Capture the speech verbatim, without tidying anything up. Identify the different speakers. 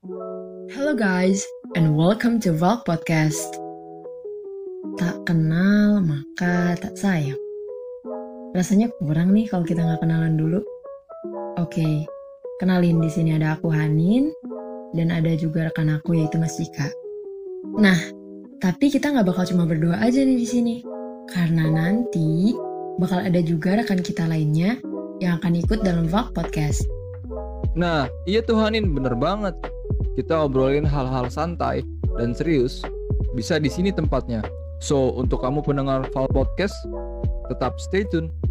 Speaker 1: Hello guys, and welcome to Valk Podcast. Tak kenal maka tak sayang. Rasanya kurang nih kalau kita nggak kenalan dulu. Oke, kenalin di sini ada aku Hanin dan ada juga rekan aku yaitu Mas Cika. Nah, tapi kita nggak bakal cuma berdua aja nih di sini, karena nanti bakal ada juga rekan kita lainnya yang akan ikut dalam Valk Podcast.
Speaker 2: Nah, iya tuh Hanin, bener banget. Kita obrolin hal-hal santai dan serius, bisa di sini tempatnya. So, untuk kamu pendengar Valk Podcast, tetap stay tune.